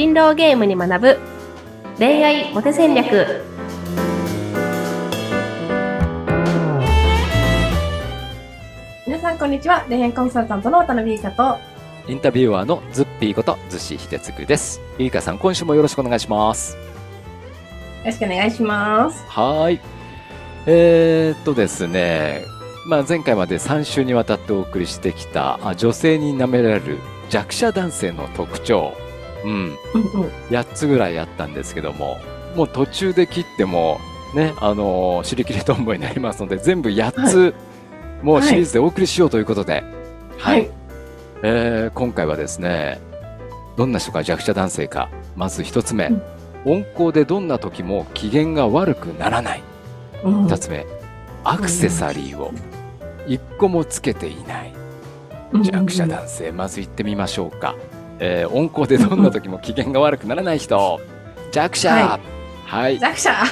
人狼ゲームに学ぶ恋愛モテ戦略。皆さんこんにちは。恋愛コンサルタントの渡辺優香とインタビュアーのズッピーことズシヒデツクです。優香さん、今週もよろしくお願いします。 よろしくお願いします。 はい。ですね、前回まで3週にわたってお送りしてきた女性に舐められる弱者男性の特徴、8つぐらいあったんですけども、もう途中で切ってもね、尻切れトンボになりますので、全部8つ、もうシリーズでお送りしようということで、今回はですね、どんな人が弱者男性か。まず1つ目、温厚でどんな時も機嫌が悪くならない。2つ目、アクセサリーを1個もつけていない弱者男性。まず行ってみましょうか。温厚でどんな時も機嫌が悪くならない人、弱者。はい。 弱者。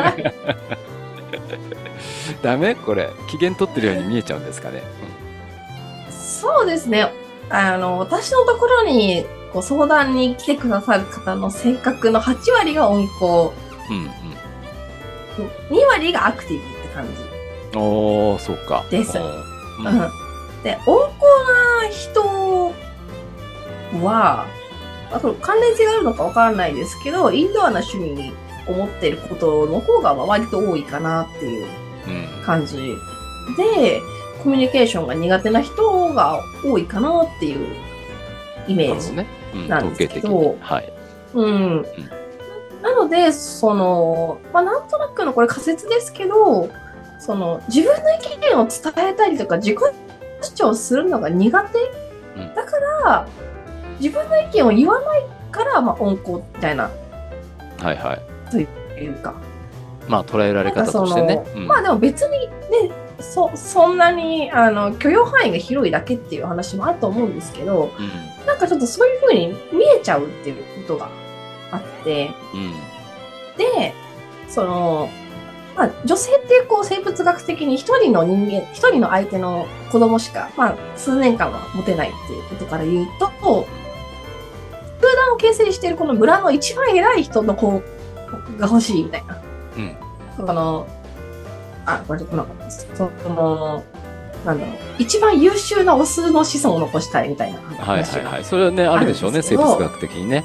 ダメ？これ機嫌取ってるように見えちゃうんですかね。 そうですね。私のところにご相談に来てくださる方の性格の8割が温厚、2割がアクティブって感じ。 おー、そうか。 です。で、温厚な人は、関連性があるのかわからないですけど、インドアな趣味に思っていることの方が割と多いかなっていう感じで、コミュニケーションが苦手な人が多いかなっていうイメージなんですけど、なので、なんとなくのこれ仮説ですけど、自分の意見を伝えたりとか自己主張するのが苦手、だから自分の意見を言わないから、温厚みたいな、というか、 捉えられ方としてね。 でも別にね、そんなに許容範囲が広いだけっていう話もあると思うんですけど、なんかちょっとそういう風に見えちゃうっていうことがあって、で、女性って生物学的に一人の人間、一人の相手の子供しか、数年間は持てないっていうことから言うと、集団を形成しているこの村の一番偉い人の子が欲しいみたいな。これ来なかったです。一番優秀なオスの子孫を残したいみたいな話が。 それはね、あるでしょうね、生物学的にね。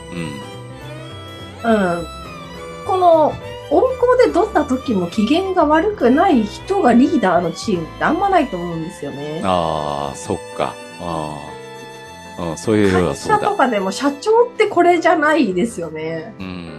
この温厚でどんな時も機嫌が悪くない人がリーダーのチームってあんまないと思うんですよね。 そっか。そういうようなそうだ。 会社とかでも社長ってこれじゃないですよね。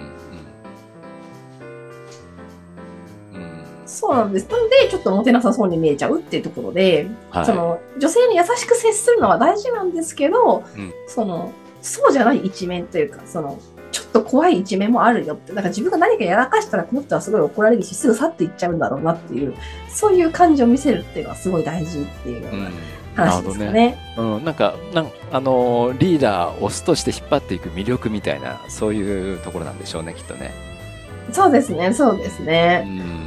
そうなんです。なので、ちょっとモテなさそうに見えちゃうっていうところで、女性に優しく接するのは大事なんですけど、そうじゃない一面というか、ちょっと怖い一面もあるよって。だから自分が何かやらかしたらこの人はすごい怒られるし、すぐ去っていっちゃうんだろうなっていう、そういう感じを見せるっていうのはすごい大事っていうような話ですかね。 リーダー、オスとして引っ張っていく魅力みたいな、そういうところなんでしょうね、きっとね。 そうですね、そうですね。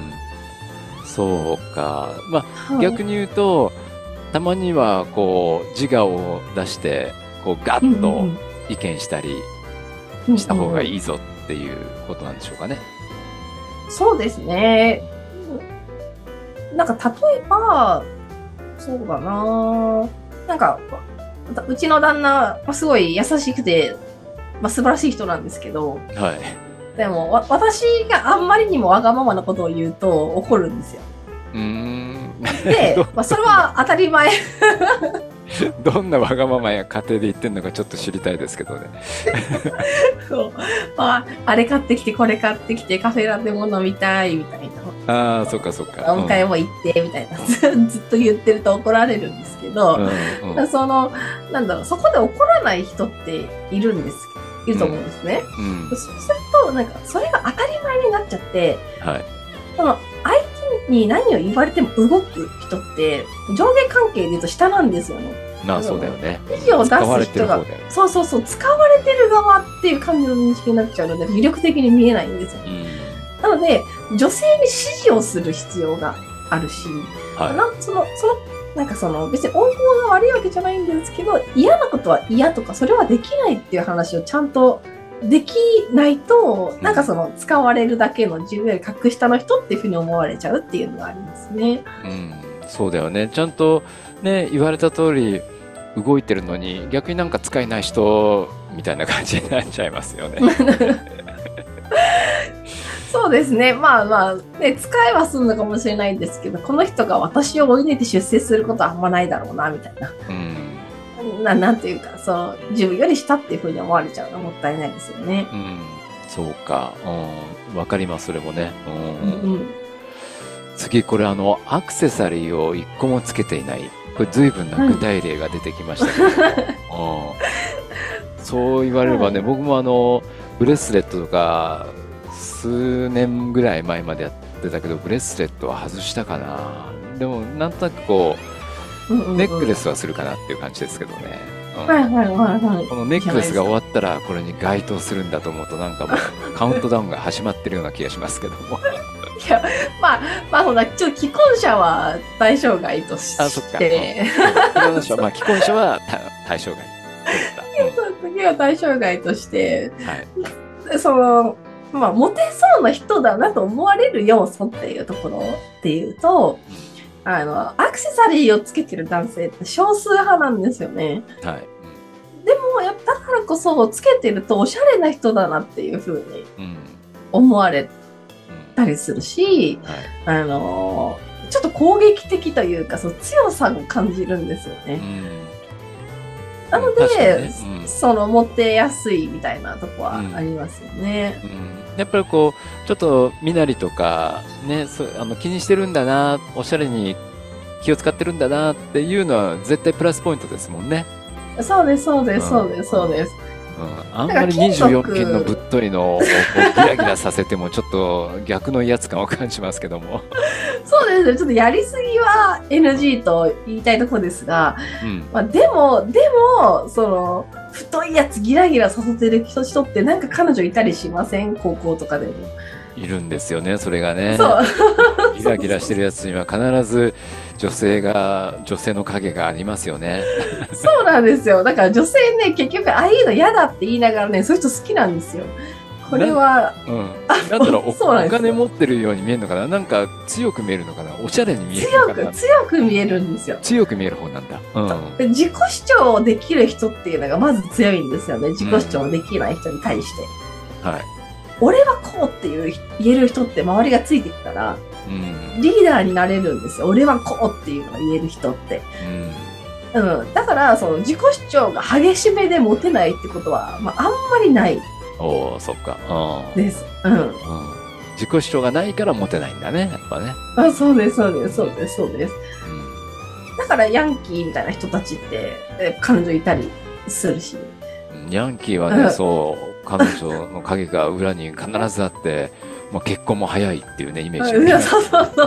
そうか。逆に言うと、たまには自我を出してガッと意見したりした方がいいぞっていうことなんでしょうかね。 そうですね。なんか例えば、そうだな。なんかうちの旦那はすごい優しくて、素晴らしい人なんですけど。でも私があんまりにもわがままなことを言うと怒るんですよ。で、それは当たり前。 どんなわがままや家庭で言ってんのかちょっと知りたいですけどね。 あれ買ってきてこれ買ってきてカフェラテも飲みたいみたいな。 そっかそっか。 お迎えも行ってみたいなずっと言ってると怒られるんですけど、そこで怒らない人っていると思うんですね。そうするとそれが当たり前になっちゃって、相手に何を言われても動く人って上下関係で言うと下なんですよね。 そうだよね。 指示を出す人がそう使われてる側っていう感じの認識になっちゃうので魅力的に見えないんですよ。なので女性に指示をする必要があるし、別に温厚が悪いわけじゃないんですけど、嫌なことは嫌とかそれはできないっていう話をちゃんとできないと、なんかその使われるだけの自分より格下の人っていうふうに思われちゃうっていうのがありますね。 うん、そうだよね。ちゃんとね、言われた通り動いてるのに、逆になんか使えない人みたいな感じになっちゃいますよね。 そうですね。まあまあ、ね、使えはするのかもしれないんですけど、この人が私を追い抜いて出世することはあんまないだろうな、みたいな。 うん。 なんていうか、その、自分より下っていうふうに思われちゃうのはもったいないですよね。 うん。そうか。うん。わかります、それもね。 うんうん。 次、これアクセサリーを一個もつけていない。これ随分な具体例が出てきましたけども。そう言われればね、僕もブレスレットとか、数年ぐらい前までやってたけど、ブレスレットは外したかな。でも、なんとなくこう、ネックレスはするかなっていう感じですけどね。 はいはいはいはい。 このネックレスが終わったら、これに該当するんだと思うと、なんかもう、カウントダウンが始まってるような気がしますけども。 いや、まあ、ほら、ちょっと既婚者は対象外として。 あ、そっか。まあ、既婚者は対象外。 次は対象外として、 はい。 その、まあ、モテそうな人だなと思われる要素っていうところっていうと、アクセサリーをつけてる男性って少数派なんですよね。 はい。 でも、だからこそ、つけてるとおしゃれな人だなっていうふうに思われたりするし、ちょっと攻撃的というか、そう強さを感じるんですよね。なので、そのモテやすいみたいなとこはありますよね。 やっぱりこうちょっと身なりとかね、気にしてるんだな、おしゃれに気を使ってるんだなっていうのは絶対プラスポイントですもんね。 そうですそうですそうですそうです。 あんまり24金のぶっといのをギラギラさせてもちょっと逆の威圧感を感じますけども。 そうですね。ちょっとやりすぎは NG と言いたいところですが、まあ、でも、その、太いやつギラギラさせてる人ってなんか彼女いたりしません？高校とかでも。 いるんですよね、それがね。 そう。 ギラギラしてるやつには必ず女性の影がありますよね。 そうなんですよ。だから女性ね、結局ああいうの嫌だって言いながらね、そういう人好きなんですよ。これは。 なんだろう、お金持ってるように見えるのかな、なんか強く見えるのかな、おしゃれに見えるのかな。 強く見えるんですよ。 強く見える方なんだ。 自己主張できる人っていうのがまず強いんですよね。自己主張できない人に対して。 はい。 俺はこうって言える人って周りがついてきたら、リーダーになれるんですよ。俺はこうっていうのが言える人って。だから、その自己主張が激しめでモテないってことは、まあ、あんまりない。 そっか。 です。 自己主張がないからモテないんだね、やっぱね。 そうです、そうです、そうです、そうです。だからヤンキーみたいな人たちって、彼女いたりするし。 ヤンキーはね、そう、彼女の影が裏に必ずあって、もう結婚も早いっていうね、イメージが、 そう。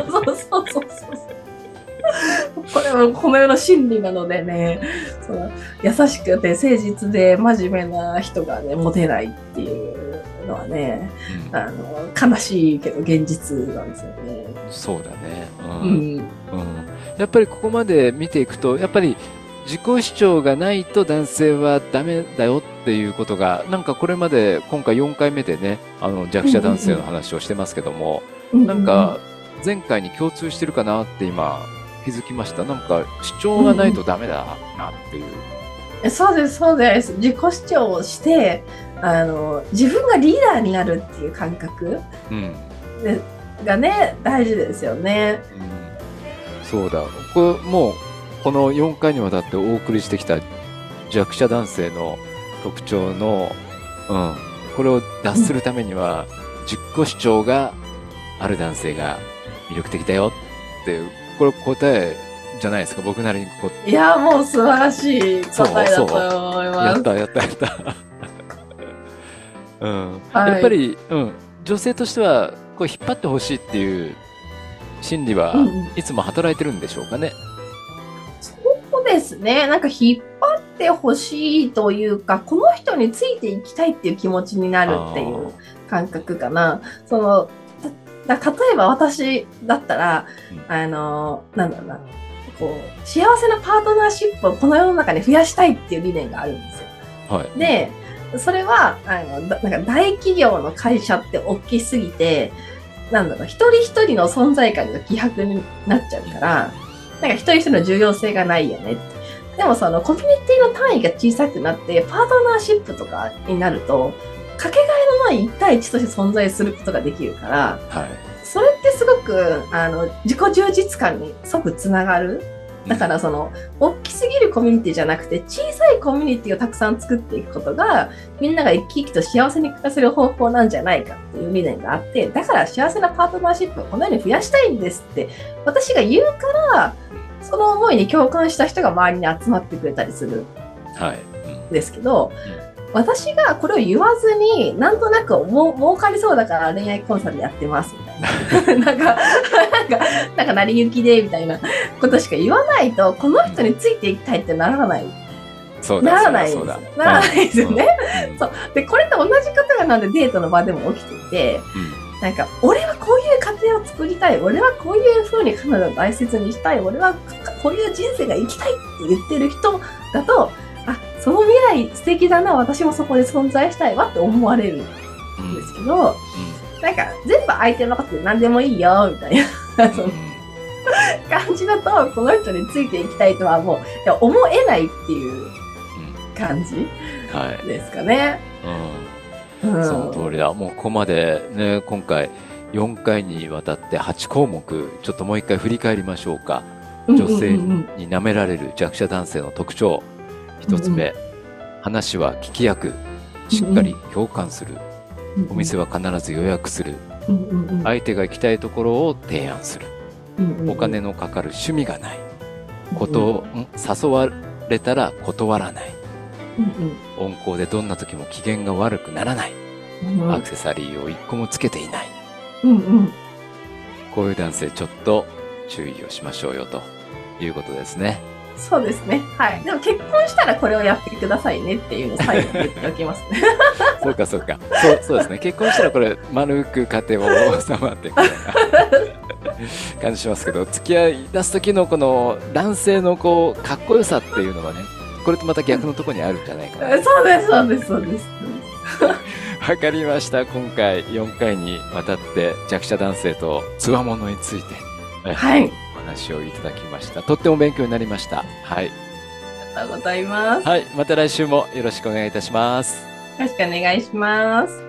これはこの世の真理なのでね、その優しくて誠実で真面目な人がね、モテないっていうのはね、悲しいけど現実なんですよね。 そうだね。やっぱりここまで見ていくと、やっぱり自己主張がないと男性はダメだよっていうことが、なんかこれまで今回4回目でね、弱者男性の話をしてますけども、なんか前回に共通してるかなって今気づきました。なんか主張がないとダメだなっていう。 そうです、そうです。自己主張をして、自分がリーダーになるっていう感覚、がね、大事ですよね。 そうだ。もうこの4回にわたってお送りしてきた弱者男性の特徴の、これを脱するためには、自己主張がある男性が魅力的だよっていう、これ答えじゃないですか、僕なりにいや、もう素晴らしい答えだと思います。 やった。やっぱり、女性としてはこう引っ張ってほしいっていう心理はいつも働いてるんでしょうかね。 そうですね。なんか引っ張ってほしいというか、この人についていきたいっていう気持ちになるっていう感覚かな。例えば私だったら、なんだろうな、こう、幸せなパートナーシップをこの世の中に増やしたいっていう理念があるんですよ。で、 それは、なんか大企業の会社って大きすぎて、なんだろう、一人一人の存在感が希薄になっちゃうから、なんか一人一人の重要性がないよねって。でもそのコミュニティの単位が小さくなって、パートナーシップとかになると、かけがえのない一対一として存在することができるから、 はい。 それってすごく、自己充実感に即つながる。だからその、大きすぎるコミュニティじゃなくて、小さいコミュニティをたくさん作っていくことが、みんなが生き生きと幸せに暮らせる方法なんじゃないかっていう理念があって、だから幸せなパートナーシップをこのように増やしたいんですって、私が言うから、その思いに共感した人が周りに集まってくれたりするはい。 んですけど、私がこれを言わずに、なんとなく儲かりそうだから恋愛コンサルやってますみたいな。なんか成り行きでみたいなことしか言わないと、この人についていきたいってならない。 そうだ、 ならないです。 そうだ。 ならないですよね。 うんそう。で、これと同じことがなんでデートの場でも起きていて、なんか、俺はこういう家庭を作りたい。俺はこういう風に彼女を大切にしたい。俺はこういう人生が生きたいって言ってる人だと、あ、その未来素敵だな。私もそこで存在したいわって思われるんですけど、なんか、全部相手のことで何でもいいよ、みたいな。その感じだと、この人についていきたいとはもう、いや思えないっていう感じですかね。 その通りだ。もうここまでね、今回4回にわたって8項目、ちょっともう一回振り返りましょうか。女性に舐められる弱者男性の特徴。1つ目、話は聞き役。しっかり共感する。お店は必ず予約する。相手が行きたいところを提案する。お金のかかる趣味がない。誘われたら断らない。温厚でどんな時も機嫌が悪くならない。アクセサリーを一個もつけていない。こういう男性ちょっと注意をしましょうよということですね。 そうですね。はい。でも結婚したらこれをやってくださいねっていうのを最後に言っておきますね。 そうかそうか。そうですね。結婚したらこれ丸く家庭を収まっていくような感じしますけど、付き合い出す時のこの男性のこうかっこよさっていうのはね、これとまた逆のところにあるんじゃないかな。 そうです、そうです、そうです。 わかりました。今回4回にわたって弱者男性とつわものについて、 はい。 お話をいただきました。とっても勉強になりました。はい。 ありがとうございます。 はい。また来週もよろしくお願いいたします。 よろしくお願いします。